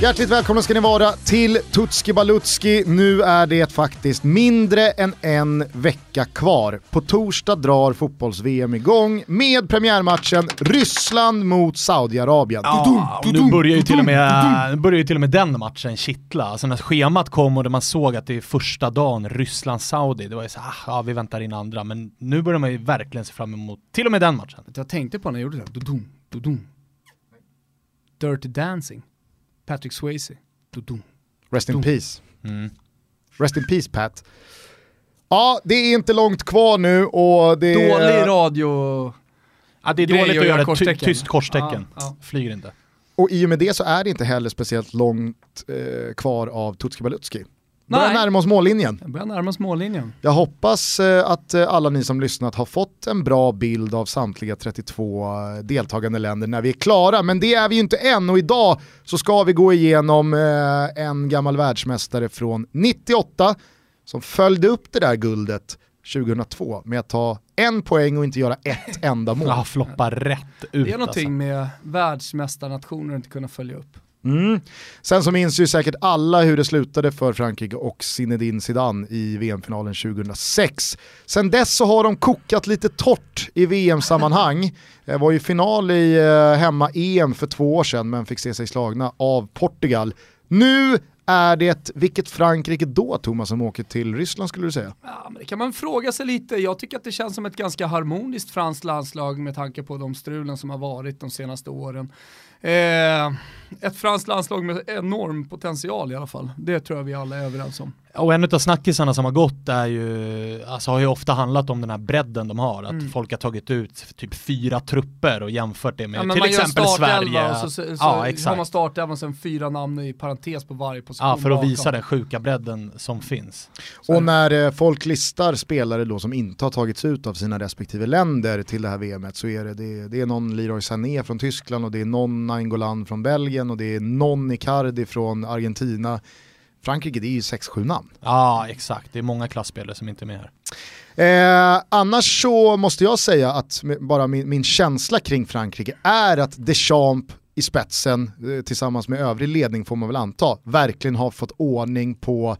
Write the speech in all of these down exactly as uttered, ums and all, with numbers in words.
Hjärtligt välkomna ska ni vara till Tutski Balutski. Nu är det faktiskt mindre än en vecka kvar. På torsdag drar fotbolls-V M igång med premiärmatchen Ryssland mot Saudiarabien. Ja, och nu börjar ju till och med, nu börjar ju till och med den matchen kittla. Alltså när schemat kom och där man såg att det är första dagen Ryssland-Saudi, det var ju så här, ja vi väntar in andra. Men nu börjar man ju verkligen se fram emot till och med den matchen. Jag tänkte på när jag gjorde det. Dudum, dudum. Dirty Dancing. Patrick Swayze. Dudum. Rest in peace. Mm. Rest in peace, Pat. Ja, det är inte långt kvar nu och det är... Dålig radio. Ja, det är dåligt att göra ett ty- tyst korstecken. Ja, ja. Flyger inte. Och i och med det så är det inte heller speciellt långt eh, kvar av Tutski Balutski. Börjar närma oss mållinjen. Jag börjar närma oss mållinjen. Jag hoppas eh, att eh, alla ni som lyssnat har fått en bra bild av samtliga trettiotvå eh, deltagande länder när vi är klara. Men det är vi ju inte än, och idag så ska vi gå igenom eh, en gammal världsmästare från nittioåtta som följde upp det där guldet tjugohundratvå med att ta en poäng och inte göra ett enda mål. Ja, floppa rätt ut. Det är någonting alltså. med världsmästarnationer inte kunna följa upp. Mm. Sen så minns ju säkert alla hur det slutade för Frankrike och Zinedine Zidane i V M-finalen tjugohundrasex. Sen dess så har de kokat lite torrt i V M-sammanhang. Det var ju final i eh, hemma-E M för två år sedan men fick se sig slagna av Portugal. Nu är det vilket Frankrike då, Thomas, som åker till Ryssland skulle du säga? Ja, men det kan man fråga sig lite. Jag tycker att det känns som ett ganska harmoniskt franskt landslag med tanke på de strulen som har varit de senaste åren. Eh, ett franskt landslag med enorm potential i alla fall. Det tror jag vi alla är överens om. Och en av snackisarna som har gått är ju, alltså har ju ofta handlat om den här bredden de har. Att mm. folk har tagit ut typ fyra trupper och jämfört det med ja, till exempel Sverige. Och så, så, så ja, exakt. har man startelvan och sen fyra namn i parentes på varje position. Ja, för att bakom. visa den sjuka bredden som finns. Så. Och när eh, folk listar spelare då som inte har tagits ut av sina respektive länder till det här V M:et så är det, det, det är någon Leroy Sané från Tyskland och det är någon Nainggolan från Belgien och det är någon Icardi från Argentina. Frankrike, det är ju sex sju namn. Ja, exakt. Det är många klassspelare som inte är med här. Eh, annars så måste jag säga att bara min, min känsla kring Frankrike är att Deschamps i spetsen eh, tillsammans med övrig ledning får man väl anta verkligen har fått ordning på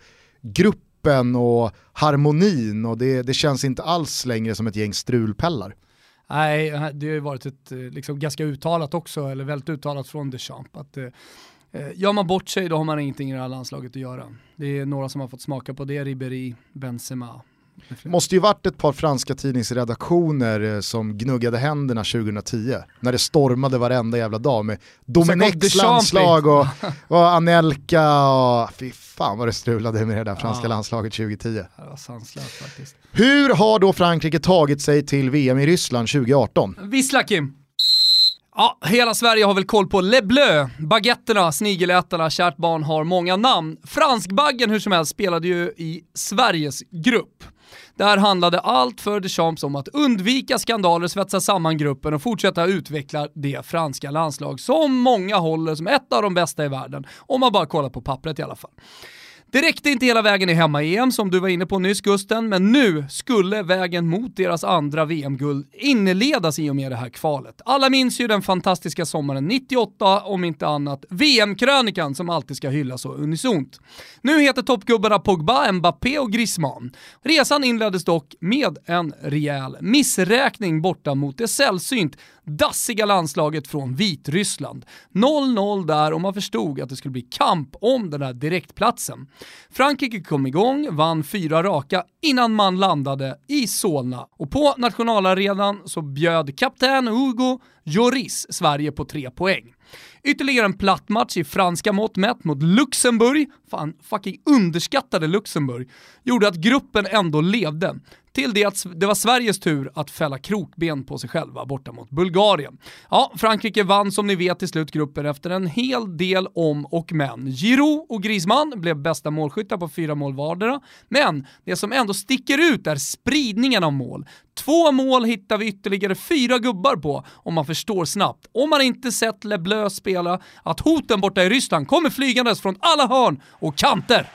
gruppen och harmonin och det, det känns inte alls längre som ett gäng strulpellar. Nej, det har ju varit ett liksom, ganska uttalat också, eller väldigt uttalat från Deschamps att eh, gör man bort sig då har man ingenting i det här landslaget att göra. Det är några som har fått smaka på det, Ribéry, Benzema. Måste ju varit ett par franska tidningsredaktioner som gnuggade händerna tjugohundratio när det stormade varenda jävla dag med Domenechs landslag och, och Anelka och fy fan vad det strulade med det där franska ja. landslaget tjugohundratio. Det var sanslöst faktiskt. Hur har då Frankrike tagit sig till V M i Ryssland tjugoarton? Vissla Kim! Ja, hela Sverige har väl koll på Le Bleu, baguetterna, snigelätarna, kärt barn har många namn. Franskbaggen hur som helst spelade ju i Sveriges grupp. Där handlade allt för Deschamps om att undvika skandaler, svetsa samman gruppen och fortsätta utveckla det franska landslag som många håller som ett av de bästa i världen. Om man bara kollar på pappret i alla fall. Det räckte inte hela vägen i hemma-E M som du var inne på nyss Gusten, men nu skulle vägen mot deras andra V M-guld inledas i och med det här kvalet. Alla minns ju den fantastiska sommaren nittioåtta, om inte annat V M-krönikan som alltid ska hyllas så unisont. Nu heter toppgubbarna Pogba, Mbappé och Griezmann. Resan inleddes dock med en rejäl missräkning borta mot det sällsynt dassiga landslaget från Vitryssland. noll noll där och man förstod att det skulle bli kamp om den här direktplatsen. Frankrike kom igång, vann fyra raka innan man landade i Solna. Och på nationalarenan så bjöd kapten Hugo Lloris Sverige på tre poäng. Ytterligare en platt match i franska mått mätt mot Luxemburg, fan fucking underskattade Luxemburg, gjorde att gruppen ändå levde. Till det att det var Sveriges tur att fälla krokben på sig själva borta mot Bulgarien. Ja, Frankrike vann som ni vet i slutgruppen efter en hel del om och men. Giroud och Griezmann blev bästa målskyttar på fyra mål vardera. Men det som ändå sticker ut är spridningen av mål. Två mål hittar vi ytterligare fyra gubbar på om man förstår snabbt. Om man inte sett Le Bleu spela att hoten borta i Ryssland kommer flygandes från alla hörn och kanter.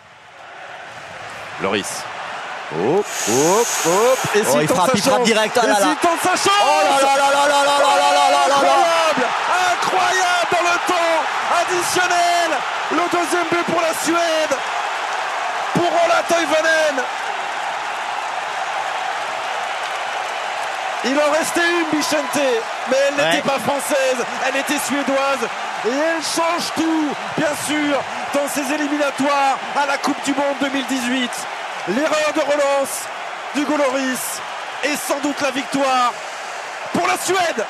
Lloris. Hop, hop, hop. Et oh, il frappe, il frappe direct. Ah, là, là. Sa chance. Oh là là là là là là là là là là. Incroyable, incroyable dans le temps. Un additionnel. Le deuxième but pour la Suède. Pour Ola Toivonen. Il en restait une, Bichente, mais elle n'était ouais. pas française, elle était suédoise. Et elle change tout, bien sûr, dans ces éliminatoires à la Coupe du Monde deux mille dix-huit. L'erreur de relance d'Hugo Lloris et sans doute la victoire pour la Suède.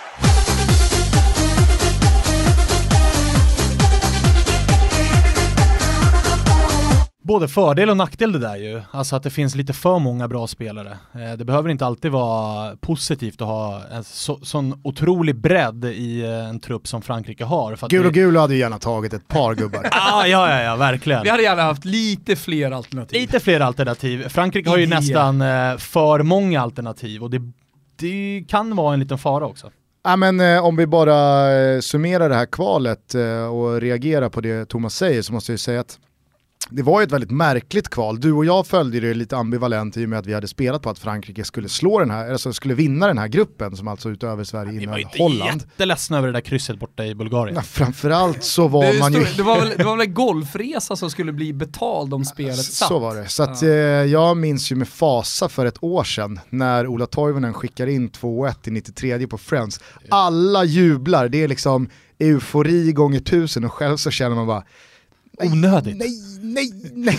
Både fördel och nackdel det där ju. Alltså att det finns lite för många bra spelare. Eh, det behöver inte alltid vara positivt att ha en så, sån otrolig bredd i eh, en trupp som Frankrike har. För att Gul och det... gul hade ju gärna tagit ett par gubbar. ah, ja, ja, ja, verkligen. Vi hade gärna haft lite fler alternativ. Lite fler alternativ. Frankrike har ju Idea. nästan eh, för många alternativ och det, det kan vara en liten fara också. Ja, men eh, om vi bara eh, summerar det här kvalet eh, och reagerar på det Thomas säger, så måste jag ju säga att det var ju ett väldigt märkligt kval. Du och jag följde det lite ambivalent i och med att vi hade spelat på att Frankrike skulle slå den här, alltså skulle vinna den här gruppen som alltså utöver Sverige ja, innehöll Holland. Holland. Jätteledsen över det där krysset borta i Bulgarien. Ja, framförallt så var det man stod, ju... Det var, väl, det var väl en golfresa som skulle bli betald om spelet satt. Så var det. Så att, ja. eh, jag minns ju med fasa för ett år sedan när Ola Toivonen skickar in två ett i nittiotre på Friends. Alla jublar, det är liksom eufori gånger tusen och själv så känner man bara onödigt. Nej, nej, nej.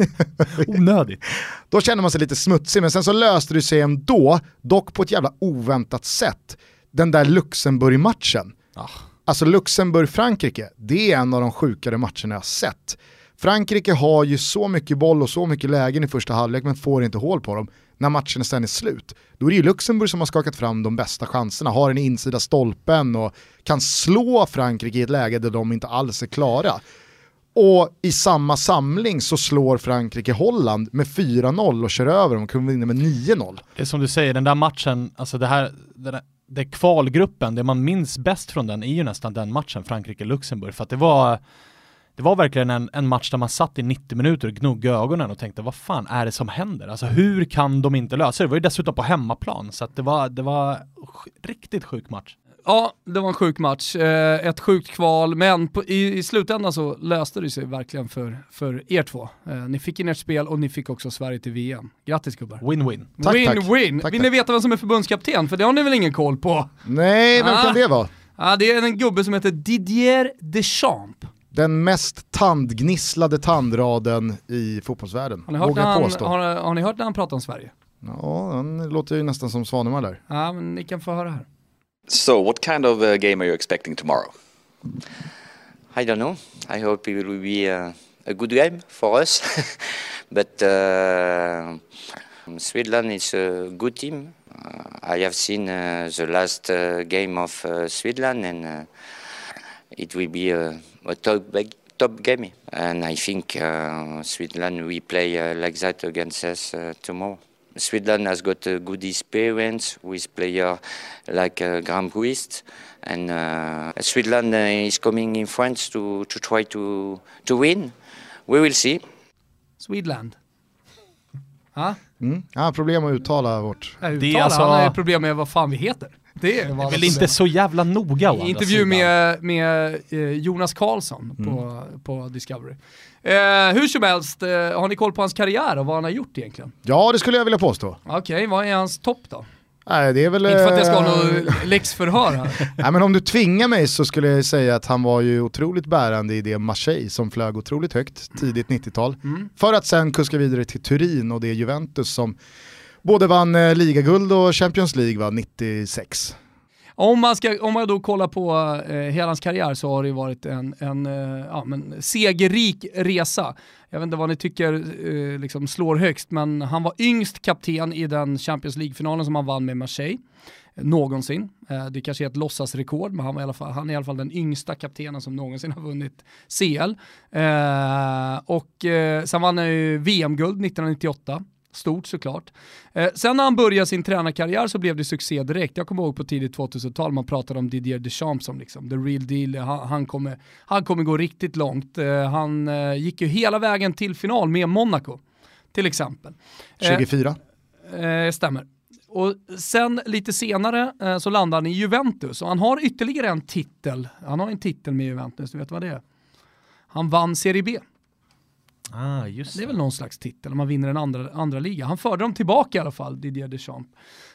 Onödigt. Då känner man sig lite smutsig, men sen så löste det sig ändå, dock på ett jävla oväntat sätt, den där Luxemburg-matchen. Ah. Alltså Luxemburg-Frankrike, det är en av de sjukare matcherna jag sett. Frankrike har ju så mycket boll och så mycket lägen i första halvlek men får inte hål på dem. När matchen sen är slut, då är det ju Luxemburg som har skakat fram de bästa chanserna, har en insida stolpen och kan slå Frankrike i ett läge där de inte alls är klara. Och i samma samling så slår Frankrike Holland med fyra noll och kör över dem och kunde vinna med nio noll. Det är som du säger, den där matchen, alltså det här, det, där, det kvalgruppen, det man minns bäst från den är ju nästan den matchen, Frankrike-Luxemburg. För att det var, det var verkligen en, en match där man satt i nittio minuter och gnuggade ögonen och tänkte, vad fan är det som händer? Alltså hur kan de inte lösa det? Det var ju dessutom på hemmaplan, så att det var, det var riktigt sjuk match. Ja, det var en sjuk match. Eh, ett sjukt kval, men på, i, i slutändan så löste det sig verkligen för, för er två. Eh, ni fick in ert spel och ni fick också Sverige till V M. Grattis gubbar. Win-win. Tack, Win-win. tack. Vill ni veta vem som är förbundskapten? För det har ni väl ingen koll på? Nej, vem ah. kan det vara? Ja, det är en gubbe som heter Didier Deschamps. Den mest tandgnisslade tandraden i fotbollsvärlden. Har ni hört, Vågar när han, påstå. har, har ni hört när han pratar om Sverige? Ja, han låter ju nästan som Svanemar där. Ja, men ni kan få höra här. So, what kind of uh, game are you expecting tomorrow? I don't know. I hope it will be uh, a good game for us. But uh, Sweden is a good team. Uh, I have seen uh, the last uh, game of uh, Sweden, and uh, it will be a, a top, top game. And I think uh, Sweden will play uh, like that against us uh, tomorrow. Sweden has got a good experience with players like uh, Graham Guist, and uh, Sweden uh, is coming in France to, to try to, to win. We will see. Swedland. Ha? Mm. Jag har problem att uttala vårt. Jag Det är alltså... Han har problem med vad fan vi heter. Det är, det är väl inte så jävla noga. I intervju med, med eh, Jonas Karlsson mm. på, på Discovery. Eh, hur som helst, eh, har ni koll på hans karriär och vad han har gjort egentligen? Ja, det skulle jag vilja påstå. Okej, okay, vad är hans topp då? Nej, det är väl... Inte för att jag ska ha något läxförhör här. Nej, men om du tvingar mig så skulle jag säga att han var ju otroligt bärande i det Marseille som flög otroligt högt tidigt nittiotal. Mm. För att sen kuska vidare till Turin och det Juventus som både vann eh, ligaguld och Champions League var nittiosex. Om man, ska, om man då kollar på eh, hela hans karriär så har det varit en, en eh, ja, men segerrik resa. Jag vet inte vad ni tycker eh, liksom slår högst, men han var yngst kapten i den Champions League-finalen som han vann med Marseille eh, någonsin. Eh, det kanske är ett låtsasrekord, men han, var i alla fall, han är i alla fall den yngsta kaptenen som någonsin har vunnit C L. Eh, och eh, sen vann han ju V M-guld nittonhundranittioåtta. Stort såklart. Eh, sen när han började sin tränarkarriär så blev det succé direkt. Jag kommer ihåg på tidigt tvåtusental man pratade om Didier Deschamps som liksom the real deal. Han, han, kommer, han kommer gå riktigt långt. Eh, han eh, gick ju hela vägen till final med Monaco till exempel. Eh, tjugofyra. Eh, stämmer. och sen lite senare eh, så landar han i Juventus och han har ytterligare en titel. Han har en titel med Juventus, du vet vad det är? Han vann Serie B. Ah, just det. Det är väl någon slags titel om man vinner en andra, andra liga. Han förde dem tillbaka i alla fall, Didier Deschamps.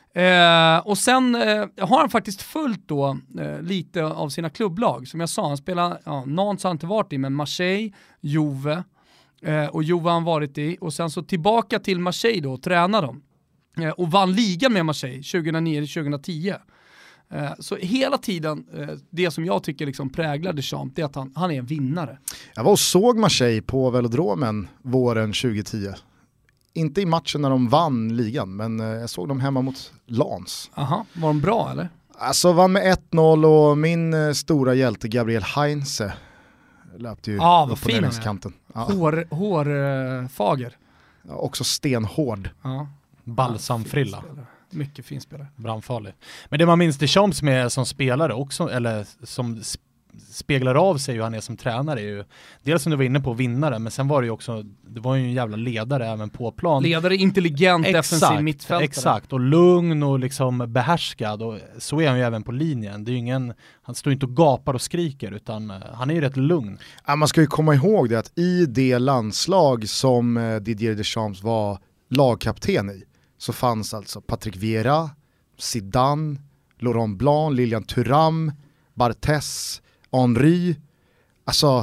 Eh, och sen eh, har han faktiskt följt då eh, lite av sina klubblag. Som jag sa, han spelar, ja, Nantes har han inte varit i, men Marseille, Juve eh, och Juve har han varit i. Och sen så tillbaka till Marseille då och tränar dem. Eh, och vann ligan med Marseille tjugohundranio till tjugohundratio. Eh, så hela tiden, eh, det som jag tycker liksom präglar Deschamps, det är att han, han är en vinnare. Jag var och såg Marseille på Velodromen våren tjugohundratio. Inte i matchen när de vann ligan, men jag såg dem hemma mot Lens. Aha, var de bra eller? Alltså vann med ett noll och min stora hjälte Gabriel Heinze löpte ju ah, upp på ledningskanten. Ja. Hår, hår äh, fager. Ja, också stenhård. Ja. Balsamfrilla. Ja, mycket fin spelare. Brandfarlig. Men det man minns Deschamps med som spelare också, eller som speglar av sig hur han är som tränare är ju dels som du var inne på vinnare, men sen var det ju också, det var ju en jävla ledare även på plan. Ledare, intelligent, exakt, defensiv mittfältare. Exakt, och lugn och liksom behärskad, och så är han ju även på linjen. Det är ju ingen, han står inte och gapar och skriker, utan han är ju rätt lugn. Ja, man ska ju komma ihåg det att i det landslag som Didier Deschamps var lagkapten i så fanns alltså Patrick Vieira, Zidane, Laurent Blanc, Lilian Thuram, Barthez, Henry. Alltså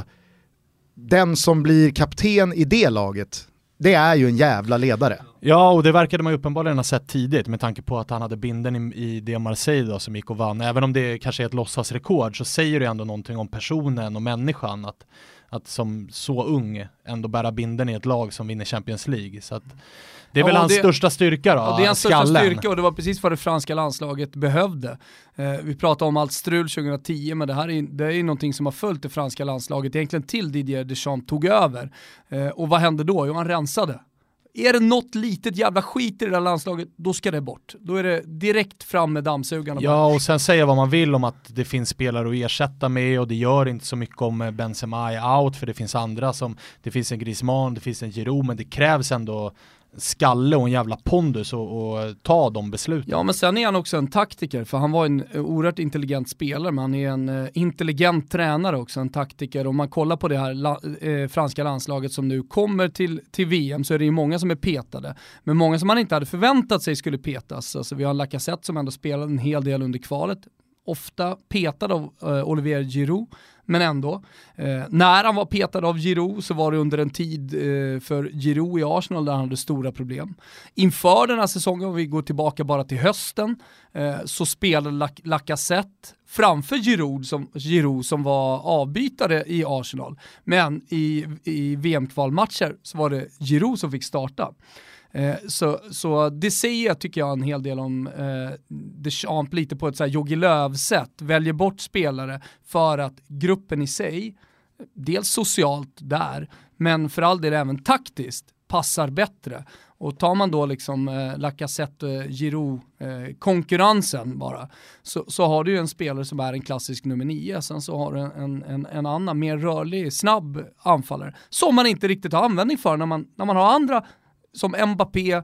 den som blir kapten i det laget, det är ju en jävla ledare. Ja, och det verkade man ju uppenbarligen ha sett tidigt med tanke på att han hade binden i, i det Marseille då, som gick och vann. Även om det kanske är ett låtsasrekord så säger det ändå någonting om personen och människan att, att som så ung ändå bära binden i ett lag som vinner Champions League. Så att det är ja, väl hans det, största styrka då, ja, det är hans största skallen. styrka och det var precis vad det franska landslaget behövde. Eh, vi pratade om allt strul tjugohundratio, men det här är, det är någonting som har följt det franska landslaget egentligen till Didier Deschamps tog över. Eh, och vad hände då? Jo, han rensade. Är det något litet jävla skit i det där landslaget, då ska det bort. Då är det direkt fram med dammsugarna. Ja, och sen säga vad man vill om att det finns spelare att ersätta med, och det gör inte så mycket om Benzema är out, för det finns andra som, det finns en Griezmann, det finns en Giroud, men det krävs ändå skalle och en jävla pondus och, och ta de besluten. Ja, men sen är han också en taktiker, för han var en oerhört intelligent spelare, men han är en uh, intelligent tränare också, en taktiker. Om man kollar på det här la, eh, franska landslaget som nu kommer till, till V M, så är det ju många som är petade, men många som man inte hade förväntat sig skulle petas. Alltså vi har en Lacazette som ändå spelade en hel del under kvalet, ofta petad av uh, Olivier Giroud, men ändå. Eh, när han var petad av Giroud så var det under en tid eh, för Giroud i Arsenal där han hade stora problem. Inför den här säsongen, om vi går tillbaka bara till hösten, eh, så spelade Lac- Lacazette framför Giroud som, Giroud som var avbytare i Arsenal. Men i, i V M-kvalmatcher så var det Giroud som fick starta. Eh, så, så det säger jag, tycker jag, en hel del om eh, Deschamps lite på ett så här Jogi Löw-sätt. Väljer bort spelare för att gruppen i sig, dels socialt där, men för all del även taktiskt, passar bättre. Och tar man då liksom eh, Lacazette och Giroud eh, konkurrensen bara, så, så har du ju en spelare som är en klassisk nummer nio. Sen så har du en, en, en annan mer rörlig, snabb anfallare som man inte riktigt har användning för när man, när man har andra som Mbappé,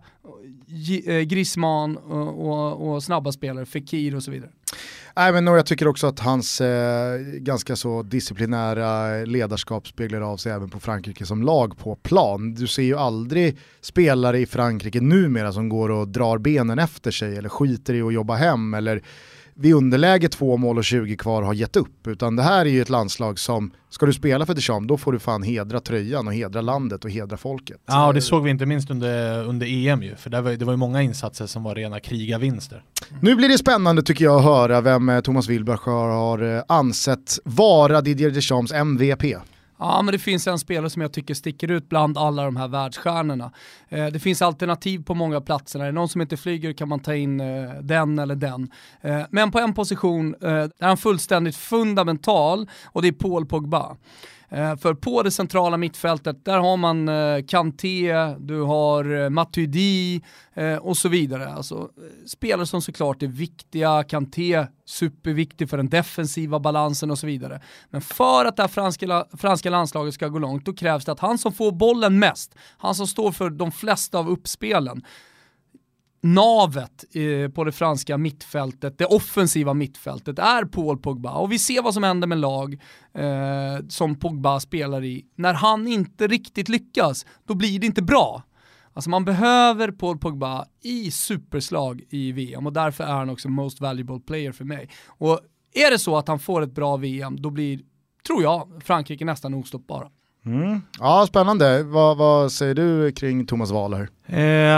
G- Griezmann och, och, och snabba spelare, Fekir och så vidare. Nej, men jag tycker också att hans eh, ganska så disciplinära ledarskap speglar av sig även på Frankrike som lag på plan. Du ser ju aldrig spelare i Frankrike numera som går och drar benen efter sig eller skiter i att jobba hem eller vid underläge två mål och tjugo kvar har gett upp, utan det här är ju ett landslag som, ska du spela för Deschamps, då får du fan hedra tröjan och hedra landet och hedra folket. Ja, och det såg vi inte minst under, under E M ju, för det var, det var ju många insatser som var rena krigarvinster. Nu blir det spännande tycker jag att höra vem Thomas Wilbach har ansett vara Didier Deschamps M V P. Ja, men det finns en spelare som jag tycker sticker ut bland alla de här världsstjärnorna. Eh, det finns alternativ på många platser. När det är någon som inte flyger kan man ta in eh, den eller den. Eh, men på en position eh, är han fullständigt fundamental, och det är Paul Pogba. Eh, för på det centrala mittfältet, där har man eh, Kanté, du har eh, Matuidi eh, och så vidare. Alltså, eh, spelare som såklart är viktiga. Kanté, superviktig för den defensiva balansen och så vidare. Men för att det här franska, franska landslaget ska gå långt, då krävs det att han som får bollen mest, han som står för de flesta av uppspelen, navet eh, på det franska mittfältet, det offensiva mittfältet, är Paul Pogba. Och vi ser vad som händer med lag eh, som Pogba spelar i. När han inte riktigt lyckas, då blir det inte bra. Alltså man behöver Paul Pogba i superslag i V M, och därför är han också most valuable player för mig. Och är det så att han får ett bra V M, då blir, tror jag, Frankrike nästan ostoppbara. Mm. Ja, spännande. Vad, vad säger du kring Thomas Wahl här?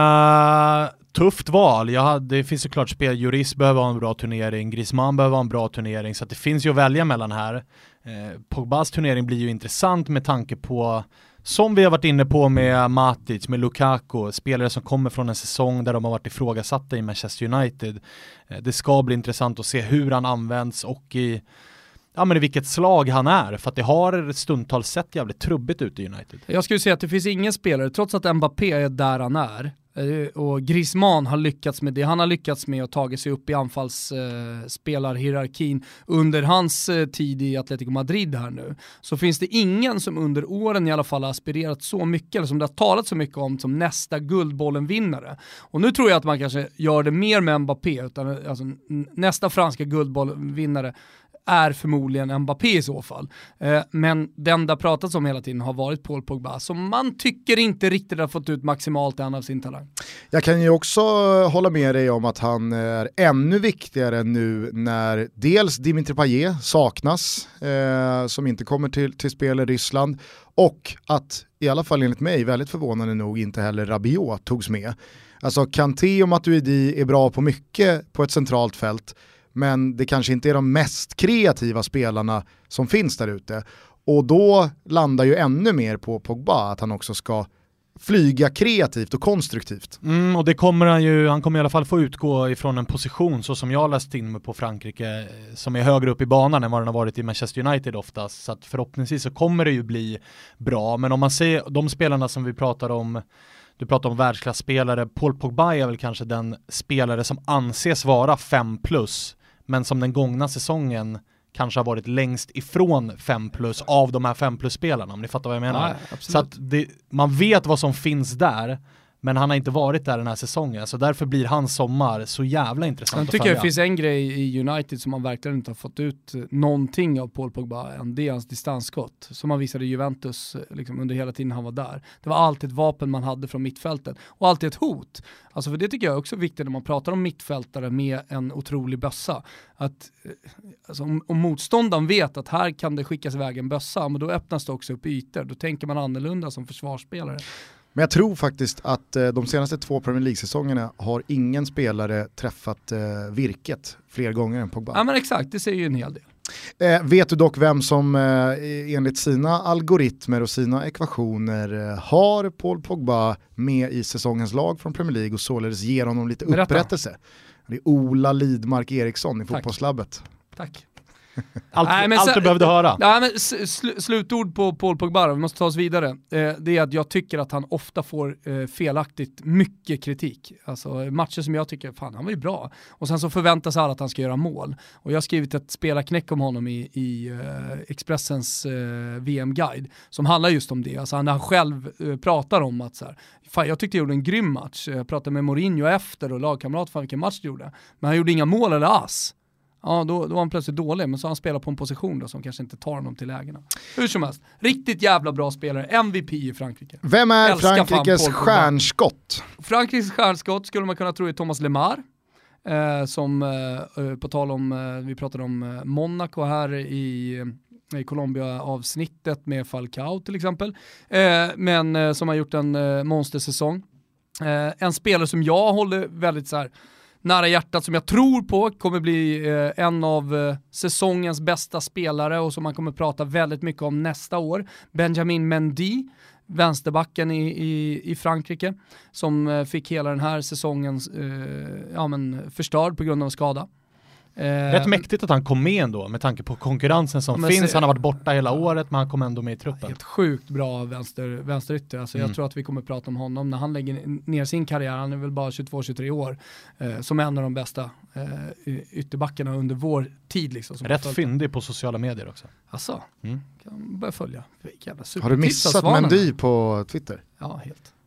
Eh, tufft val. Jag hade, det finns såklart spel. Juris behöver ha en bra turnering. Griezmann behöver ha en bra turnering. Så att det finns ju att välja mellan här. Eh, Pogbas turnering blir ju intressant med tanke på, som vi har varit inne på med Matic, med Lukaku, spelare som kommer från en säsong där de har varit ifrågasatta i Manchester United. Eh, det ska bli intressant att se hur han används och i Ja, men i vilket slag han är, för att det har stundtals sett jävligt trubbigt ut i United. Jag skulle säga att det finns ingen spelare, trots att Mbappé är där han är, och Griezmann har lyckats med det, han har lyckats med att ta sig upp i anfallsspelarhierarkin eh, under hans eh, tid i Atletico Madrid här nu, så finns det ingen som under åren i alla fall har aspirerat så mycket, eller som det har talat så mycket om, som nästa Guldbollen-vinnare. Och nu tror jag att man kanske gör det mer med Mbappé, utan alltså, nästa franska Guldbollen-vinnare är förmodligen Mbappé i så fall. Eh, men den där pratats om hela tiden har varit Paul Pogba, som man tycker inte riktigt har fått ut maximalt än av sin talang. Jag kan ju också hålla med dig om att han är ännu viktigare nu när dels Dimitri Payet saknas, eh, som inte kommer till, till spel i Ryssland, och att i alla fall enligt mig väldigt förvånande nog inte heller Rabiot togs med. Alltså Kanté och Matuidi är bra på mycket på ett centralt fält, men det kanske inte är de mest kreativa spelarna som finns där ute. Och då landar ju ännu mer på Pogba, att han också ska flyga kreativt och konstruktivt. Mm, och det kommer han ju, han kommer i alla fall få utgå ifrån en position, så som jag läst in mig på Frankrike, som är högre upp i banan än vad den har varit i Manchester United oftast. Så att förhoppningsvis så kommer det ju bli bra. Men om man ser de spelarna som vi pratar om, du pratar om världsklasspelare, Paul Pogba är väl kanske den spelare som anses vara fem plus, men som den gångna säsongen kanske har varit längst ifrån fem plus av de här fem plus-spelarna, om ni fattar vad jag menar. Ja, så att det, man vet vad som finns där, men han har inte varit där den här säsongen, så därför blir hans sommar så jävla intressant jag att tycker följa. Det finns en grej i United som man verkligen inte har fått ut någonting av Paul Pogba än, det är hans distansskott som han visade i Juventus liksom, under hela tiden han var där. Det var alltid ett vapen man hade från mittfältet och alltid ett hot. Alltså för det tycker jag är också viktigt när man pratar om mittfältare med en otrolig bössa. Att alltså, om, om motståndaren vet att här kan det skickas iväg en bössa, men då öppnas det också upp ytor. Då tänker man annorlunda som försvarsspelare. Men jag tror faktiskt att eh, de senaste två Premier League-säsongerna har ingen spelare träffat eh, virket fler gånger än Pogba. Ja men exakt, det säger ju en hel del. Eh, vet du dock vem som eh, enligt sina algoritmer och sina ekvationer eh, har Paul Pogba med i säsongens lag från Premier League och således ger honom lite Berätta. upprättelse? Det är Ola Lidmark Eriksson i Tack. Fotbollslabbet. Tack. Allt, Nej, men allt så, du behövde höra. Nej, men sl- slutord på Paul Pogba, vi måste ta oss vidare. Eh, det är att jag tycker att han ofta får eh, felaktigt mycket kritik. Alltså matcher som jag tycker, fan han var ju bra. Och sen så förväntas alla att han ska göra mål. Och jag har skrivit ett spelarknäck om honom i, i eh, Expressens eh, V M-guide som handlar just om det. Alltså han, han själv eh, pratar om att så här, fan, jag tyckte jag gjorde en grym match. Jag pratade med Mourinho efter och lagkamrat för vilken match det gjorde. Men han gjorde inga mål eller ass. Ja, då, då var han plötsligt dålig, men så har han spelat på en position då som kanske inte tar honom till lägena. Hur som helst, riktigt jävla bra spelare, M V P i Frankrike. Vem är Älskar Frankrikes fan Paul Pogba. stjärnskott? Frankrikes stjärnskott skulle man kunna tro är Thomas Lemar. Eh, som eh, på tal om, eh, vi pratade om eh, Monaco här i, i Colombia-avsnittet med Falcao till exempel. Eh, men eh, som har gjort en eh, monstersäsong. Eh, en spelare som jag håller väldigt så här nära hjärtat, som jag tror på kommer bli eh, en av eh, säsongens bästa spelare och som man kommer prata väldigt mycket om nästa år. Benjamin Mendy, vänsterbacken i, i, i Frankrike, som eh, fick hela den här säsongen eh, ja, men förstörd på grund av skada. Eh, Rätt mäktigt att han kom med ändå med tanke på konkurrensen som men finns. se, han har varit borta hela året, men han kom ändå med i truppen. Helt sjukt bra vänster, vänsterytter. Alltså Mm. Jag tror att vi kommer prata om honom när han lägger ner sin karriär. Han är väl bara tjugotvå tjugotre år. Eh, som en av de bästa eh, ytterbackarna under vår tid. Liksom, som Rätt fyndig på sociala medier också. Alltså, Mm. kan börja följa. Vilka jävla Har du missat supertips av Svanen. Mendy på Twitter? Ja, helt.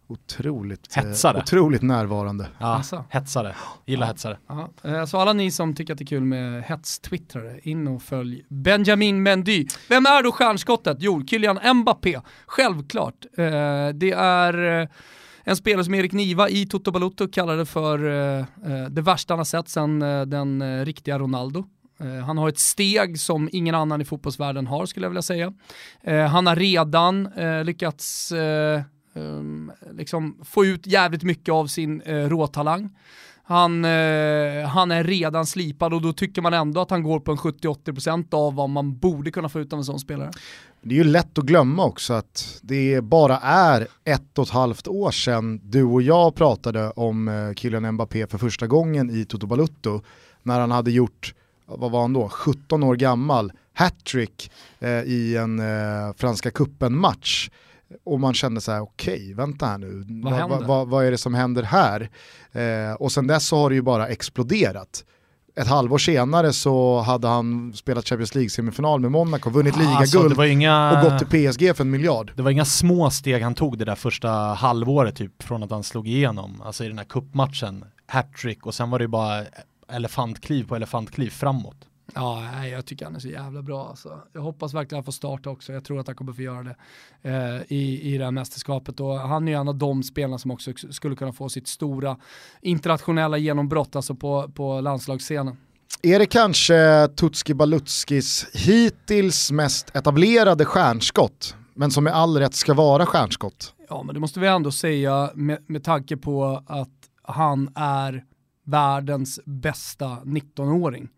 Otroligt, Hetsare. eh, otroligt närvarande. Ja, Alltså. hetsare. Gilla hetsare. Ja, eh, så alla ni som tycker att det är kul med hets-twittrare, in och följ Benjamin Mendy. Vem är då stjärnskottet? Jo, Kylian Mbappé. Självklart. Eh, det är eh, en spelare som Erik Niva i Toto Balotto kallade för eh, det värsta han har sett sedan eh, den eh, riktiga Ronaldo. Eh, han har ett steg som ingen annan i fotbollsvärlden har, skulle jag vilja säga. Eh, han har redan eh, lyckats eh, Um, liksom få ut jävligt mycket av sin uh, råtalang. Han, uh, han är redan slipad och då tycker man ändå att han går på en sjuttio till åttio procent av vad man borde kunna få ut av en sån spelare. Det är ju lätt att glömma också att det bara är ett och ett halvt år sedan du och jag pratade om uh, Kylian Mbappé för första gången i Toto Balotto, när han hade gjort, vad var han då, sjutton år gammal, hattrick uh, i en uh, Franska cupen-match. Och man kände så här: okej, okay, vänta här nu, vad, va, va, va, vad är det som händer här? Eh, och sen dess så har det ju bara exploderat. Ett halvår senare så hade han spelat Champions League-semifinal med Monaco, vunnit ah, ligaguld inga... och gått till P S G för en miljard. Det var inga små steg han tog det där första halvåret typ, från att han slog igenom, alltså i den här cupmatchen, hattrick, och sen var det ju bara elefantkliv på elefantkliv framåt. Ja, jag tycker han är så jävla bra. Alltså. Jag hoppas verkligen att han får starta också. Jag tror att han kommer få göra det eh, i, i det här mästerskapet. Och han är ju en av de spelarna som också skulle kunna få sitt stora internationella genombrott, alltså på, på landslagsscenen. Är det kanske Tutski Balutskis hittills mest etablerade stjärnskott, men som med all rätt ska vara stjärnskott? Ja, men det måste vi ändå säga med, med tanke på att han är världens bästa nittonåring.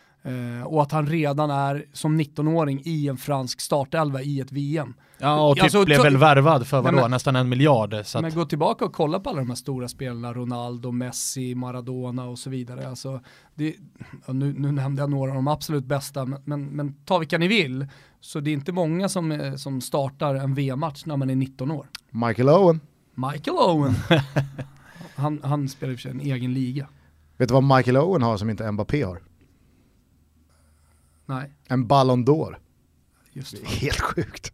Uh, och att han redan är som nittonåring i en fransk startelva i ett V M. Ja, och typ alltså, blev väl värvad för vadå, men, nästan en miljard. Så att... Men gå tillbaka och kolla på alla de här stora spelarna, Ronaldo, Messi, Maradona och så vidare. Alltså, det, ja, nu, nu nämnde jag några av de absolut bästa, men, men, men ta vilka ni vill. Så det är inte många som, som startar en V M-match när man är nitton år. Michael Owen. Michael Owen. han, han spelar i och för sig en egen liga. Vet du vad Michael Owen har som inte Mbappé har? Nej. En Ballon d'Or. Just det. Helt sjukt.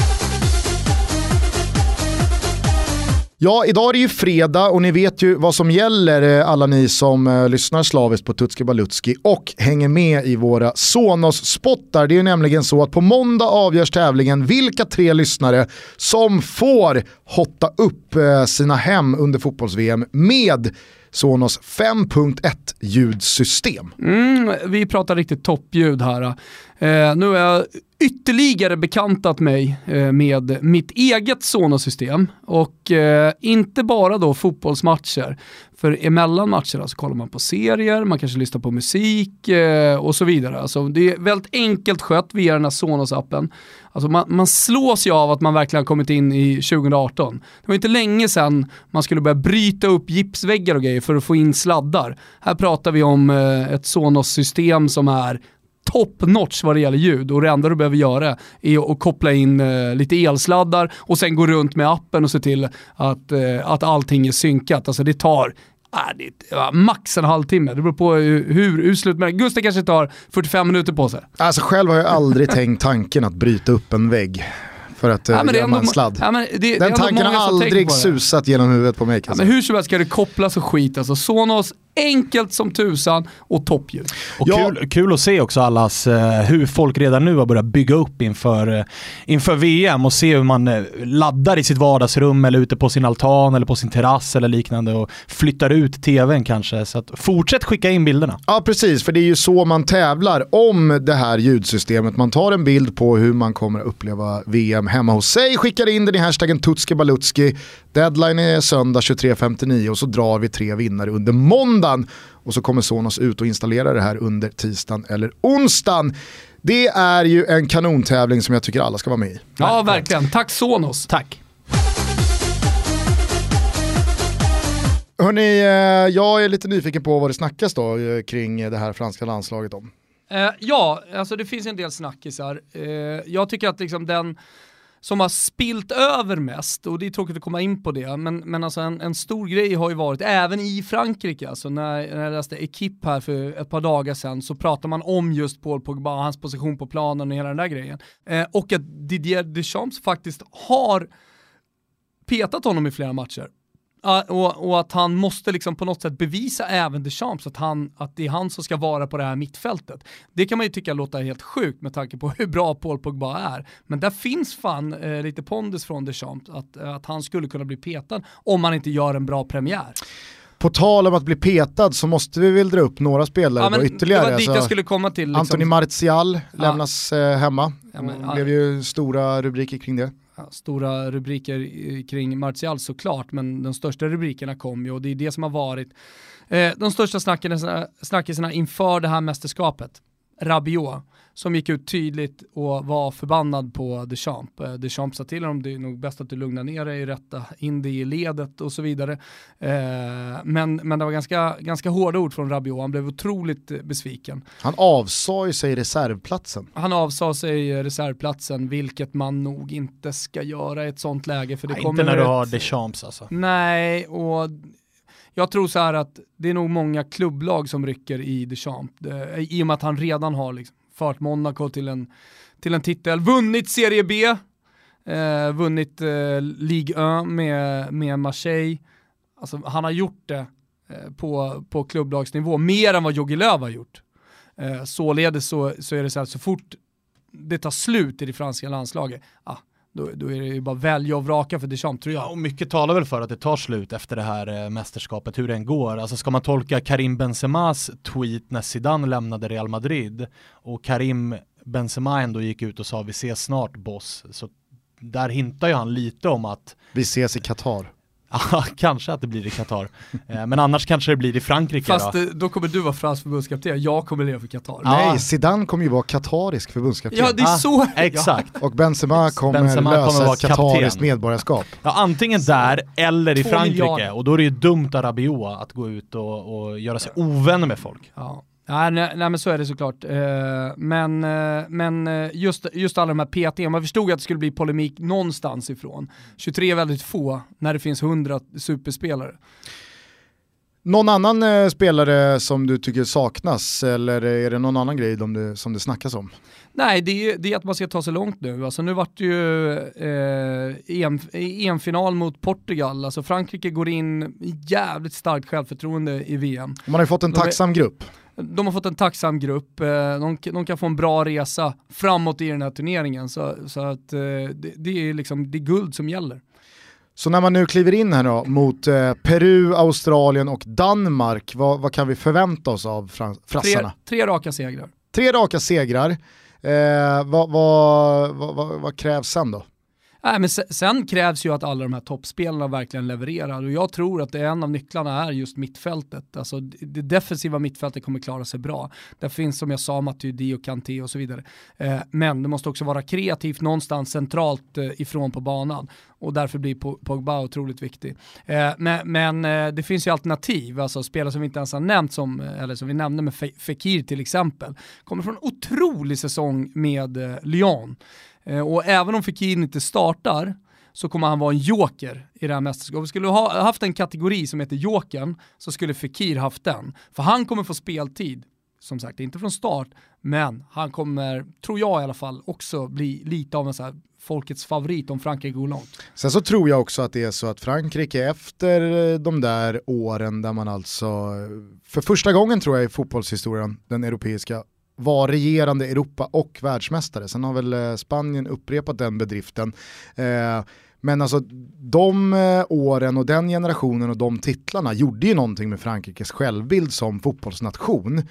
Ja, idag är det ju fredag och ni vet ju vad som gäller, alla ni som uh, lyssnar slaviskt på Tutski Balutski och hänger med i våra Sonos-spottar. Det är ju nämligen så att på måndag avgörs tävlingen vilka tre lyssnare som får hotta upp uh, sina hem under fotbolls-V M med Sonos fem punkt ett ljudsystem. Mm, vi pratar riktigt toppljud här. Eh, nu har jag ytterligare bekantat mig eh, med mitt eget Sonos-system och eh, inte bara då fotbollsmatcher. För emellan matcherna så kollar man på serier, man kanske lyssnar på musik eh, och så vidare. Alltså, det är väldigt enkelt skött via den här Sonos-appen. Alltså, man, man slås ju av att man verkligen kommit in i tjugo arton. Det var inte länge sedan man skulle börja bryta upp gipsväggar och grejer för att få in sladdar. Här pratar vi om eh, ett Sonos-system som är top notch vad det gäller ljud, och det enda du behöver göra är att koppla in eh, lite elsladdar och sen gå runt med appen och se till att, eh, att allting är synkat. Alltså det tar äh, det, ja, max en halvtimme. Det beror på hur, hur uslut med Gustav kanske tar fyrtiofem minuter på sig. Alltså själv har jag aldrig tänkt tanken att bryta upp en vägg för att ja, uh, göra en sladd. Ja, men det, Den det tanken har aldrig susat genom huvudet på mig. Ja, men hur som helst ska det kopplas och skit. Alltså Sonos, enkelt som tusan och toppljud. Och ja. kul, kul att se också allas uh, hur folk redan nu har börjat bygga upp inför, uh, inför V M och se hur man uh, laddar i sitt vardagsrum eller ute på sin altan eller på sin terrass eller liknande och flyttar ut tvn kanske. Så att fortsätt skicka in bilderna. Ja, precis, för det är ju så man tävlar om det här ljudsystemet. Man tar en bild på hur man kommer att uppleva V M hemma hos sig, skickar in den i hashtaggen Tutski Balutski. Deadline är söndag tjugotre femtionio och så drar vi tre vinnare under måndagen. Och så kommer Sonos ut och installera det här under tisdagen eller onsdagen. Det är ju en kanontävling som jag tycker alla ska vara med i. Ja, verkligen. Tack Sonos. Tack. Hörrni, jag är lite nyfiken på vad det snackas då kring det här franska landslaget om. Eh, ja, alltså det finns en del snackisar. Eh, jag tycker att liksom den som har spilt över mest, och det är tråkigt att komma in på det, men, men alltså en, en stor grej har ju varit, även i Frankrike, alltså när, när jag läste Equipe här för ett par dagar sedan, så pratar man om just Paul Pogba och hans position på planen och hela den där grejen. Eh, och att Didier Deschamps faktiskt har petat honom i flera matcher. Uh, och, och att han måste liksom på något sätt bevisa även Deschamps att, han, att det är han som ska vara på det här mittfältet. Det kan man ju tycka låter helt sjukt med tanke på hur bra Paul Pogba är. Men där finns fan uh, lite pondus från Deschamps att, uh, att han skulle kunna bli petad om man inte gör en bra premiär. På tal om att bli petad så måste vi väl dra upp några spelare ja, men då ytterligare. Det var dit alltså, jag skulle komma till. Liksom. Anthony Martial lämnas ja. hemma. Ja, men, det ja. blev ju stora rubriker kring det. Ja, stora rubriker kring Martial såklart, men de största rubrikerna kom ju och det är det som har varit eh, de största snackisarna inför det här mästerskapet. Rabiot som gick ut tydligt och var förbannad på Deschamps. Deschamps sa till honom, det är nog bäst att du lugnar ner dig, rätta in det i ledet och så vidare. Eh, men, men det var ganska, ganska hårda ord från Rabiot, han blev otroligt besviken. Han avsade ju sig reservplatsen. Han avsade sig reservplatsen, vilket man nog inte ska göra i ett sånt läge. För det Nej, kommer inte när du ett... har Deschamps alltså. Nej, och jag tror så här att det är nog många klubblag som rycker i Deschamps. Det, i och med att han redan har liksom fört Monaco till en, till en titel. Vunnit Serie B. Eh, vunnit eh, Ligue ett med, med Marseille. Alltså, han har gjort det eh, på, på klubblagsnivå. Mer än vad Jogi Löw har gjort. Eh, således så, så är det så här, så fort det tar slut i det franska landslaget, ah, Då, då är det ju bara välja och vraka för Deschamps, tror jag. Ja, och mycket talar väl för att det tar slut efter det här eh, mästerskapet, hur den går. Alltså ska man tolka Karim Benzemas tweet när Zidane lämnade Real Madrid och Karim Benzema ändå gick ut och sa vi ses snart boss, så där hintar ju han lite om att vi ses i Qatar. Ja, kanske att det blir i Qatar. eh, men annars kanske det blir i Frankrike. Fast då, då kommer du vara fransk förbundskapten, jag kommer leva för Qatar. Nej, ja. Zidane kommer ju vara katarisk förbundskapten. Ja, det är så. Ah, exakt. Och Benzema kommer Benzema lösa kommer vara ett katariskt kapten. medborgarskap. Ja, antingen där eller i Två Frankrike. miljarder. Och då är det ju dumt av Rabiot att gå ut och, och göra sig ovänner med folk. Ja. Ja, nej, nej men så är det såklart. Uh, men uh, men uh, just, just alla de här P T, man förstod att det skulle bli polemik någonstans ifrån. tjugotre är väldigt få när det finns hundra superspelare. Någon annan uh, spelare som du tycker saknas, eller är det någon annan grej de du, som det snackas om? Nej, det är, det är att man ska ta sig långt nu. Alltså, nu vart det ju eh, E M-final mot Portugal. Alltså, Frankrike går in jävligt starkt självförtroende i V M. Man har ju fått en de tacksam är, grupp. De har fått en tacksam grupp. De, de kan få en bra resa framåt i den här turneringen. Så, så att det, det är liksom det är guld som gäller. Så när man nu kliver in här då mot eh, Peru, Australien och Danmark, vad, vad kan vi förvänta oss av frans- frassarna? Tre, tre raka segrar. Tre raka segrar. Eh, vad, vad, vad, vad, vad krävs sen då? Nej, men sen, sen krävs ju att alla de här toppspelarna verkligen levererar, och jag tror att det är en av nycklarna är just mittfältet. Alltså det defensiva mittfältet kommer klara sig bra. Där finns, som jag sa, Matuidi och Kanté och så vidare. Eh, men det måste också vara kreativt någonstans centralt eh, ifrån på banan, och därför blir Pogba otroligt viktig. Eh, men men eh, det finns ju alternativ, alltså spelare som vi inte ens har nämnt, som, eller som vi nämnde med Fe- Fekir till exempel, kommer från en otrolig säsong med eh, Lyon. Och även om Fekir inte startar så kommer han vara en joker i det här mästerskapet. Om vi skulle ha haft en kategori som heter jokern, så skulle Fekir haft den. För han kommer få speltid, som sagt, inte från start, men han kommer, tror jag i alla fall, också bli lite av en så här folkets favorit om Frankrike går långt. Sen så tror jag också att det är så att Frankrike efter de där åren där man alltså för första gången, tror jag, i fotbollshistorien, den europeiska, var regerande Europa och världsmästare. Sen har väl Spanien upprepat den bedriften. Eh, men alltså de åren och den generationen och de titlarna gjorde ju någonting med Frankrikes självbild som fotbollsnation.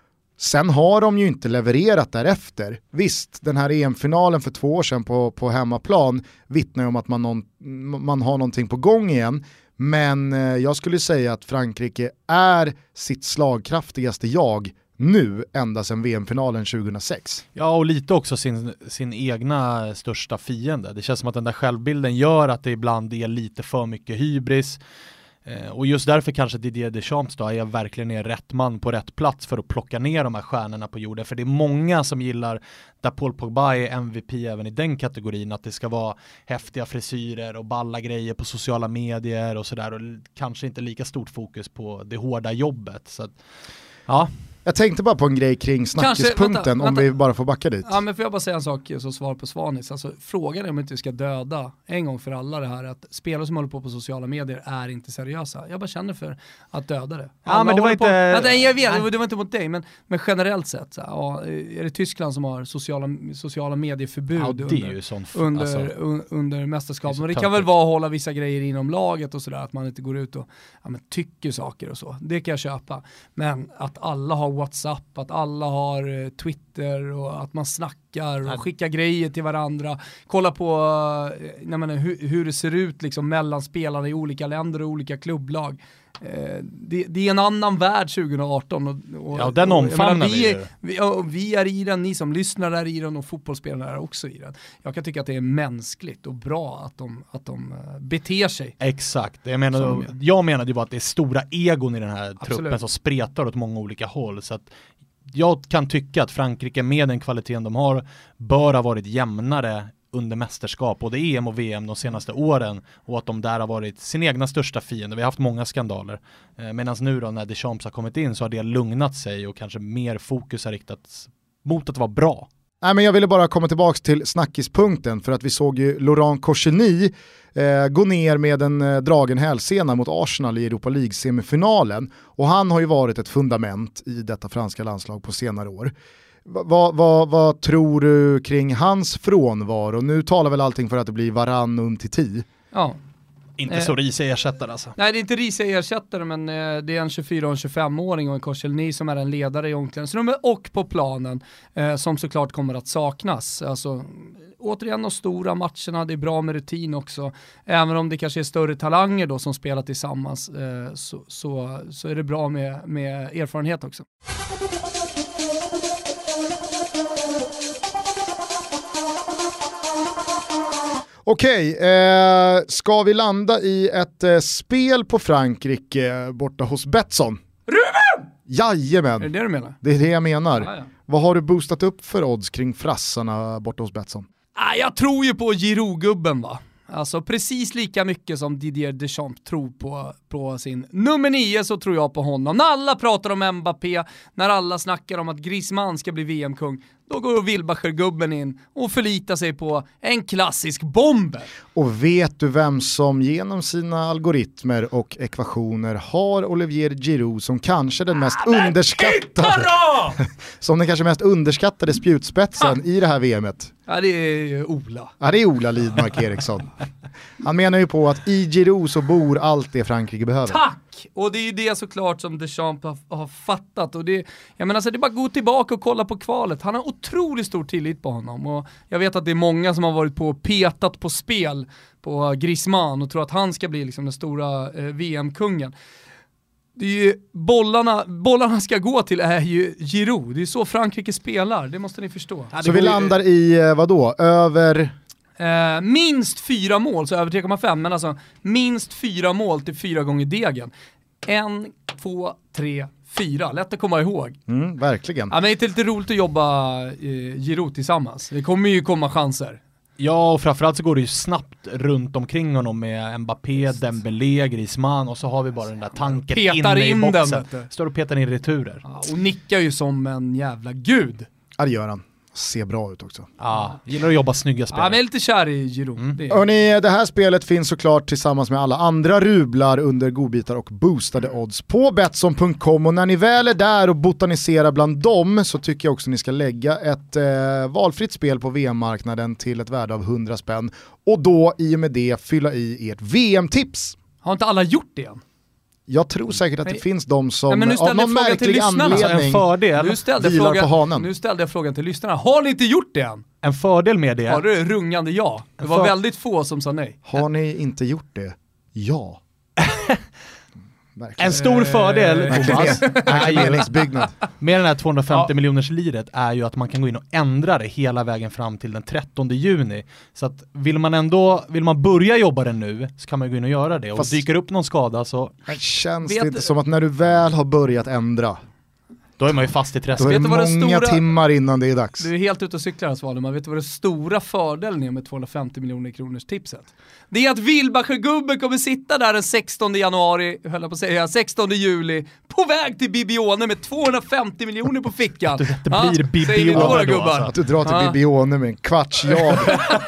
Sen har de ju inte levererat därefter. Visst, den här E M-finalen för två år sedan på, på hemmaplan vittnar ju om att man, någon, man har någonting på gång igen. Men eh, jag skulle säga att Frankrike är sitt slagkraftigaste jag nu ända sedan V M-finalen tjugohundrasex. Ja, och lite också sin, sin egna största fiende. Det känns som att den där självbilden gör att det ibland är lite för mycket hybris. Eh, och just därför kanske Didier Deschamps då är verkligen är rätt man på rätt plats för att plocka ner de här stjärnorna på jorden. För det är många som gillar, där Paul Pogba är M V P även i den kategorin, att det ska vara häftiga frisyrer och balla grejer på sociala medier och sådär. Och kanske inte lika stort fokus på det hårda jobbet. Så att, ja. Jag tänkte bara på en grej kring snackispunkten, vänta, om vänta. vi bara får backa dit. Ja, men får jag bara säga en sak som svar på Svanis. Alltså, frågan är om inte vi ska döda en gång för alla det här att spelare som håller på på sociala medier är inte seriösa. Jag bara känner för att döda det. Ja, men det var inte... På, vänta, jag vet, det var, det var inte mot dig, men, men generellt sett. Så här, ja, är det Tyskland som har sociala, sociala medieförbud ja, det är under, ju sån f- under, alltså, un, under mästerskap? Men det kan töntigt. väl vara att hålla vissa grejer inom laget och sådär, att man inte går ut och ja, men, tycker saker och så. Det kan jag köpa. Men att alla har WhatsApp, att alla har eh, Twitter och att man snackar och skickar grejer till varandra. Kolla på eh, nej, men, hur, hur det ser ut liksom, mellan spelarna i olika länder och olika klubblag. Eh, det, det är en annan värld tjugo arton. Och, och, ja, den och, omfamnar vi. vi Är, vi, och vi är i den, ni som lyssnar är i den och fotbollsspelarna är också i den. Jag kan tycka att det är mänskligt och bra att de, att de uh, beter sig. Exakt, jag menar, Som, jag menade ju bara att det är stora egon i den här Absolut. truppen som spretar åt många olika håll, så att jag kan tycka att Frankrike med den kvaliteten de har bör ha varit jämnare under mästerskap, både E M och V M de senaste åren, och att de där har varit sin egna största fiende. Vi har haft många skandaler. Eh, Medan nu då när Deschamps har kommit in så har det lugnat sig och kanske mer fokus har riktats mot att vara bra. Nej, men jag ville bara komma tillbaka till snackispunkten, för att vi såg ju Laurent Koscielny eh, gå ner med en eh, dragen hälsena mot Arsenal i Europa League-semifinalen, och han har ju varit ett fundament i detta franska landslag på senare år. Vad va, va tror du kring hans frånvaro? Nu talar väl allting för att det blir Varane och Umtiti. Ja. Inte Eh. så risig ersättare alltså. Nej, det är inte risig ersättare, men eh, det är en tjugofyra och en tjugofem-åring och en Koscielny som är en ledare i omklädningsrummet och på planen eh, som såklart kommer att saknas. Alltså, återigen de stora matcherna, det är bra med rutin också. Även om det kanske är större talanger då som spelar tillsammans eh, så, så, så är det bra med, med erfarenhet också. Okej, eh, ska vi landa i ett eh, spel på Frankrike eh, borta hos Betsson? Ruben! Jajamän, Är det det du menar? det är det jag menar. Ja, ja. Vad har du boostat upp för odds kring frassarna borta hos Betsson? Ah, jag tror ju på Giroud-gubben, va? Alltså precis lika mycket som Didier Deschamps tror på, på sin nummer nio, så tror jag på honom. När alla pratar om Mbappé, när alla snackar om att Griezmann ska bli V M-kung, då går Wilbacher-gubben in och förlitar sig på en klassisk bomber. Och vet du vem som genom sina algoritmer och ekvationer har Olivier Giroud som kanske den mest Ah, underskattade som den kanske mest underskattade spjutspetsen ah. i det här V M:et? Ja, det är Ola. Ja, det är Ola Lidmark Eriksson. Han menar ju på att i Giroud så bor allt det Frankrike behöver. Tack! Och det är ju det såklart som Deschamps har, har fattat. Och det, jag menar, alltså, det är bara att gå tillbaka och kolla på kvalet. Han har otroligt stor tillit på honom. Och jag vet att det är många som har varit på och petat på spel på Griezmann och tror att han ska bli liksom den stora eh, V M-kungen. Det är ju bollarna, bollarna ska gå till är ju Giroud. Det är så Frankrike spelar, det måste ni förstå. Så vi landar i, eh, vad då? Över... Eh, minst fyra mål, så över tre komma fem, men alltså minst fyra mål till fyra gånger degen. En, två, tre, fyra. Lätt att komma ihåg. Mm, verkligen. Ja, men det är lite roligt att jobba eh, Giroud tillsammans. Det kommer ju komma chanser. Ja, och framförallt så går det ju snabbt runt omkring honom med Mbappé, Dembélé, Griezmann, och så har vi bara den där tanken Petar inne in i den, boxen. vet du. Står och petar in returer. Ja, och nickar ju som en jävla gud. Ja, det gör han. Ser bra ut också. Ja, gillar att jobba snygga spel. Ja, men jag är lite kär i Giroud. Mm. Det är. Hörrni, det här spelet finns såklart tillsammans med alla andra rublar under godbitar och boostade odds på Betsson punkt com, och när ni väl är där och botaniserar bland dem så tycker jag också ni ska lägga ett eh, valfritt spel på V M-marknaden till ett värde av hundra spänn och då i och med det fylla i ert V M-tips. Har inte alla gjort det än? Jag tror säkert att det Nej. finns de som Nej, men nu av ställde någon jag frågan till märklig lyssnarna. anledning En fördel, Nu ställde, jag vilar på frågan, hanen. nu ställde jag frågan till lyssnarna. Har ni inte gjort det än? en fördel med det. Ja, det är rungande ja. Det var För- väldigt få som sa nej. Har ni inte gjort det? Ja. Verkligen. En stor fördel, Thomas, är ju, Meningsbyggnad. med den här tvåhundrafemtio Ja. miljoners liret är ju att man kan gå in och ändra det hela vägen fram till den trettonde juni. Så att vill man ändå, vill man börja jobba den nu så kan man gå in och göra det. Och Fast- dyker upp någon skada så... Känns Vet- det inte som att när du väl har börjat ändra Då är man ju fast i träsket. Då är Vet du vad det det många stora- timmar innan det är dags. Du är helt ute och cyklar här, Svalde. Man vet vad det stora fördelen är med tvåhundrafemtio miljoner kronors tipset. Det är att Wilbacher-gubben kommer sitta där den sextonde januari, höll jag på att säga, sextonde juli, på väg till Bibione med tvåhundrafemtio miljoner på fickan. Du vet, det blir Bibione säger vi då, då, gubbar. alltså. Att du drar till Ja. Bibione med en kvarts jag.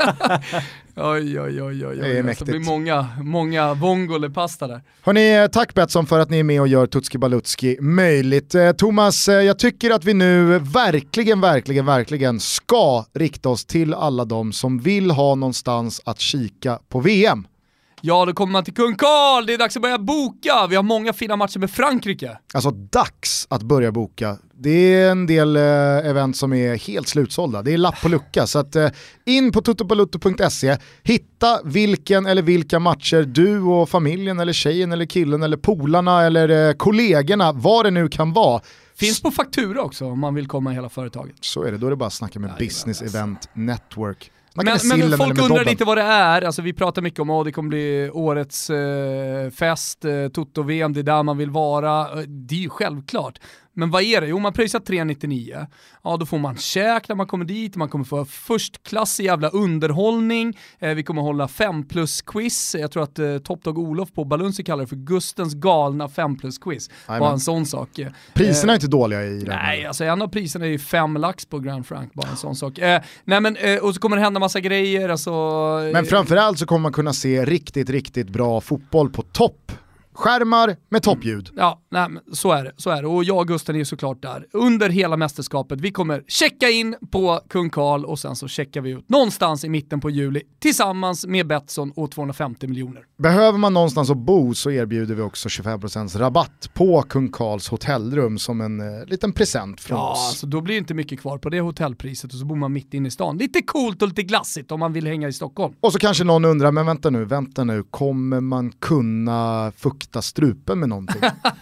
Oj, oj, oj, oj, oj. Det är Det mäktigt. blir många, många vongole-pasta där. Hörrni, tack Betsson för att ni är med och gör Tutski Balutski möjligt. Eh, Thomas, eh, jag tycker att vi nu verkligen, verkligen, verkligen ska rikta oss till alla de som vill ha någonstans att kika på V M. Ja, då kommer man till Kung Karl. Det är dags att börja boka. Vi har många fina matcher med Frankrike. Alltså dags att börja boka. Det är en del eh, event som är helt slutsålda. Det är lapp på lucka. Så att, eh, in på tuttobalutto punkt se, hitta vilken eller vilka matcher du och familjen eller tjejen eller killen eller polarna eller eh, kollegorna, vad det nu kan vara. Finns på faktura också om man vill komma i hela företaget. Så är det, då är det bara att snacka med Jajamän, Business alltså. Event Network. Men, Snacka med men Sillen folk eller med undrar Dobben. lite vad det är, alltså vi pratar mycket om att det kommer bli årets eh, fest, eh, Toto-V M, det är där man vill vara, det är ju självklart. Men vad är det? Jo, man pröjsar tre nittionio. Ja, då får man käk när man kommer dit, man kommer få förstklassig jävla underhållning, eh, vi kommer hålla fem plus quiz, jag tror att eh, Top Dog Olof på Balunsi kallar det för Gustens galna fem plus quiz. Jajamän. Bara en sån sak. Priserna är Eh, inte dåliga i den. Nej, alltså en av priserna är ju fem lax på Grand Frank, bara en sån sak. Eh, nej men, eh, och så kommer det hända massa grejer, alltså... Men framförallt så kommer man kunna se riktigt, riktigt bra fotboll på topp. Skärmar med toppljud. Ja, nej, men så är det, så är det. Och jag och Gusten är ju såklart där. Under hela mästerskapet, vi kommer checka in på Kung Karl och sen så checkar vi ut någonstans i mitten på juli tillsammans med Betsson och tvåhundrafemtio miljoner. Behöver man någonstans att bo så erbjuder vi också tjugofem procent rabatt på Kung Karls hotellrum som en eh, liten present från Ja, oss. alltså då blir det inte mycket kvar på det hotellpriset och så bor man mitt inne i stan. Lite coolt och lite glassigt om man vill hänga i Stockholm. Och så kanske någon undrar, men vänta nu, vänta nu, kommer man kunna fukta strupen med någonting?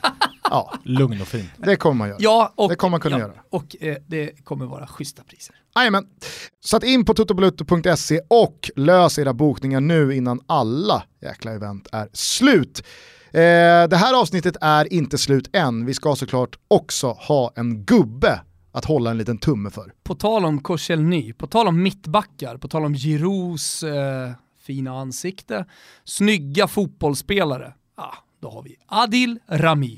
Ja, Lugn och fin. det kommer man göra. Ja, och, Det kommer man kunna ja, göra. och eh, det kommer vara schyssta priser. Jajamän. Så att in på tuttobalutto punkt se och lös era bokningar nu innan alla jäkla event är slut. Eh, det här avsnittet är inte slut än. Vi ska såklart också ha en gubbe att hålla en liten tumme för. På tal om Koscielny, på tal om mittbackar, på tal om Giroux eh, fina ansikte, snygga fotbollsspelare, ja, då har vi Adil Rami.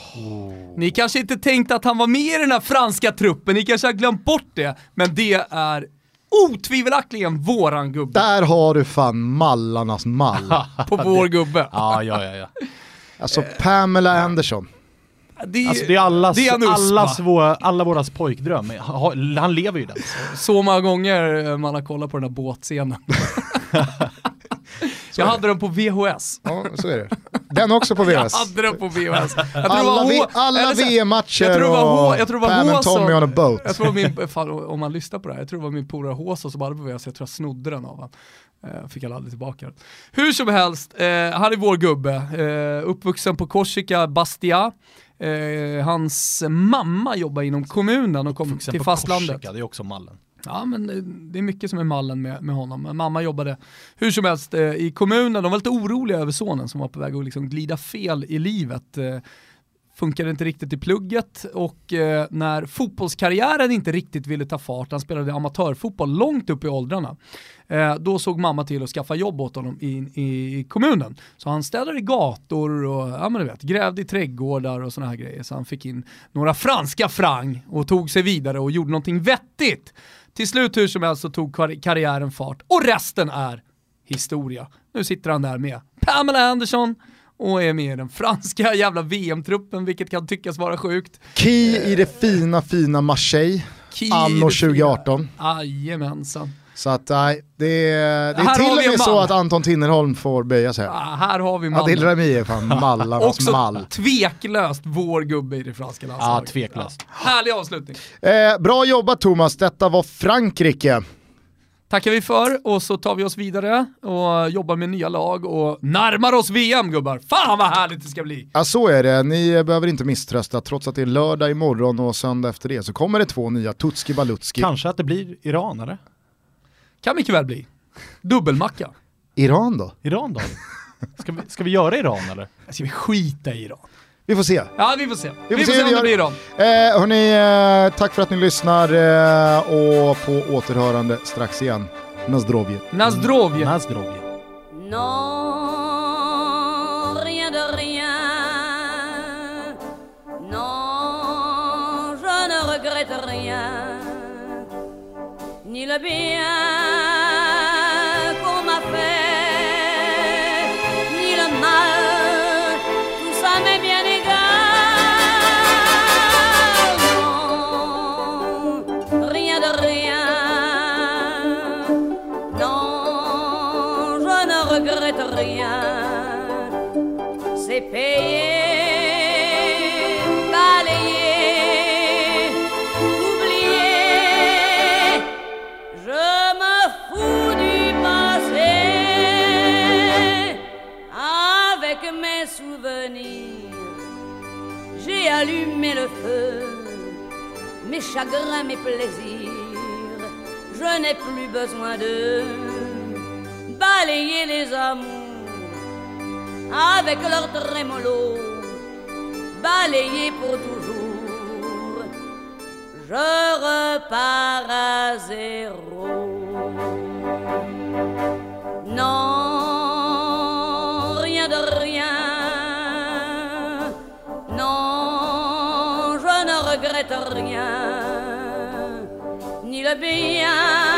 Oh. Ni kanske inte tänkte att han var med i den här franska truppen, ni kanske har glömt bort det, men det är otvivelakligen våran gubbe. Där har du fan mallarnas mall. På vår gubbe. Ja, ja, ja, ja. Alltså Pamela Anderson. Det, Alltså det är allas, det är en uspa. allas våra, alla våras pojkdröm. Han, han lever ju den. Så många gånger man har kollat på den här båtscenen. Jag hade den på V H S. Ja, så är det. Den också på V H S. Jag hade den på V H S. Jag tror det Alla, var v- H- alla eller så här, V-matcher jag tror det var H- och jag tror det var Pam H and Tommy som- on a boat. Jag tror det var min, fan, om man lyssnar på det här, jag tror det var min polare Håsa som hade på V H S, jag tror jag snodde den av honom. Uh, fick jag aldrig tillbaka den. Hur som helst, uh, han är vår gubbe. Uh, uppvuxen på Korsika, Bastia. Uh, hans mamma jobbar inom kommunen och kom Vuxen till på fastlandet. Korsika, det är också mallen. Ja, men det är mycket som är mallen med, med honom. Mamma jobbade hur som helst eh, i kommunen. De var lite oroliga över sonen som var på väg att liksom glida fel i livet. Eh, funkade inte riktigt i plugget och eh, när fotbollskarriären inte riktigt ville ta fart, han spelade amatörfotboll långt upp i åldrarna, eh, då såg mamma till att skaffa jobb åt honom i, i, i kommunen. Så han städade gator och ja, men du vet, grävde i trädgårdar och såna här grejer. Så han fick in några franska franc och tog sig vidare och gjorde någonting vettigt. Till slut hur som helst så tog kar- karriären fart och resten är historia. Nu sitter han där med Pamela Anderson och är med i den franska jävla V M-truppen, vilket kan tyckas vara sjukt. Key i det fina, fina Marseille, Key anno tjugo arton. Jajamensan. Så att nej, det är, det Här är till har och vi en med så man. att Anton Tinnerholm får böja sig. Ah, här har vi Adil mannen. Rami är fan mallarnas Också mall. tveklöst vår gubbe i det franska Ja, landslaget. tveklöst. Ja, härlig avslutning. Eh, bra jobbat Thomas, detta var Frankrike. Tackar vi för och så tar vi oss vidare och jobbar med nya lag och närmar oss V M, gubbar. Fan vad härligt det ska bli. Ja, så är det, ni behöver inte misströsta. Trots att det är lördag imorgon och söndag efter det så kommer det två nya Tutski Balutski. Kanske att det blir Iran, eller? Kan mycket väl bli. Dubbelmacka. Iran då? Iran då? Ska vi, ska vi göra Iran, eller? Ska vi skita i Iran? Vi får se. Ja, vi får se. Vi får, vi får se, se om det blir då. Eh, hörni, eh, tack för att ni lyssnar eh, och på återhörande strax igen. Nazdrovje. Nazdrovje. Nazdrovje. Non, rien de rien. Non, je ne regrette rien. Ni le bien qu'on m'a fait, ni le mal, tout ça m'est bien égal. Non, rien de rien. Non, je ne regrette rien. C'est payé, balayé, oublié. Je me fous du passé. Avec mes souvenirs, j'ai allumé le feu. Mes chagrins, mes plaisirs, je n'ai plus besoin de balayer les amours avec leur trémolo, balayer pour toujours. Je repars à zéro. Non, rien de rien. Non, je ne regrette rien. Ni le bien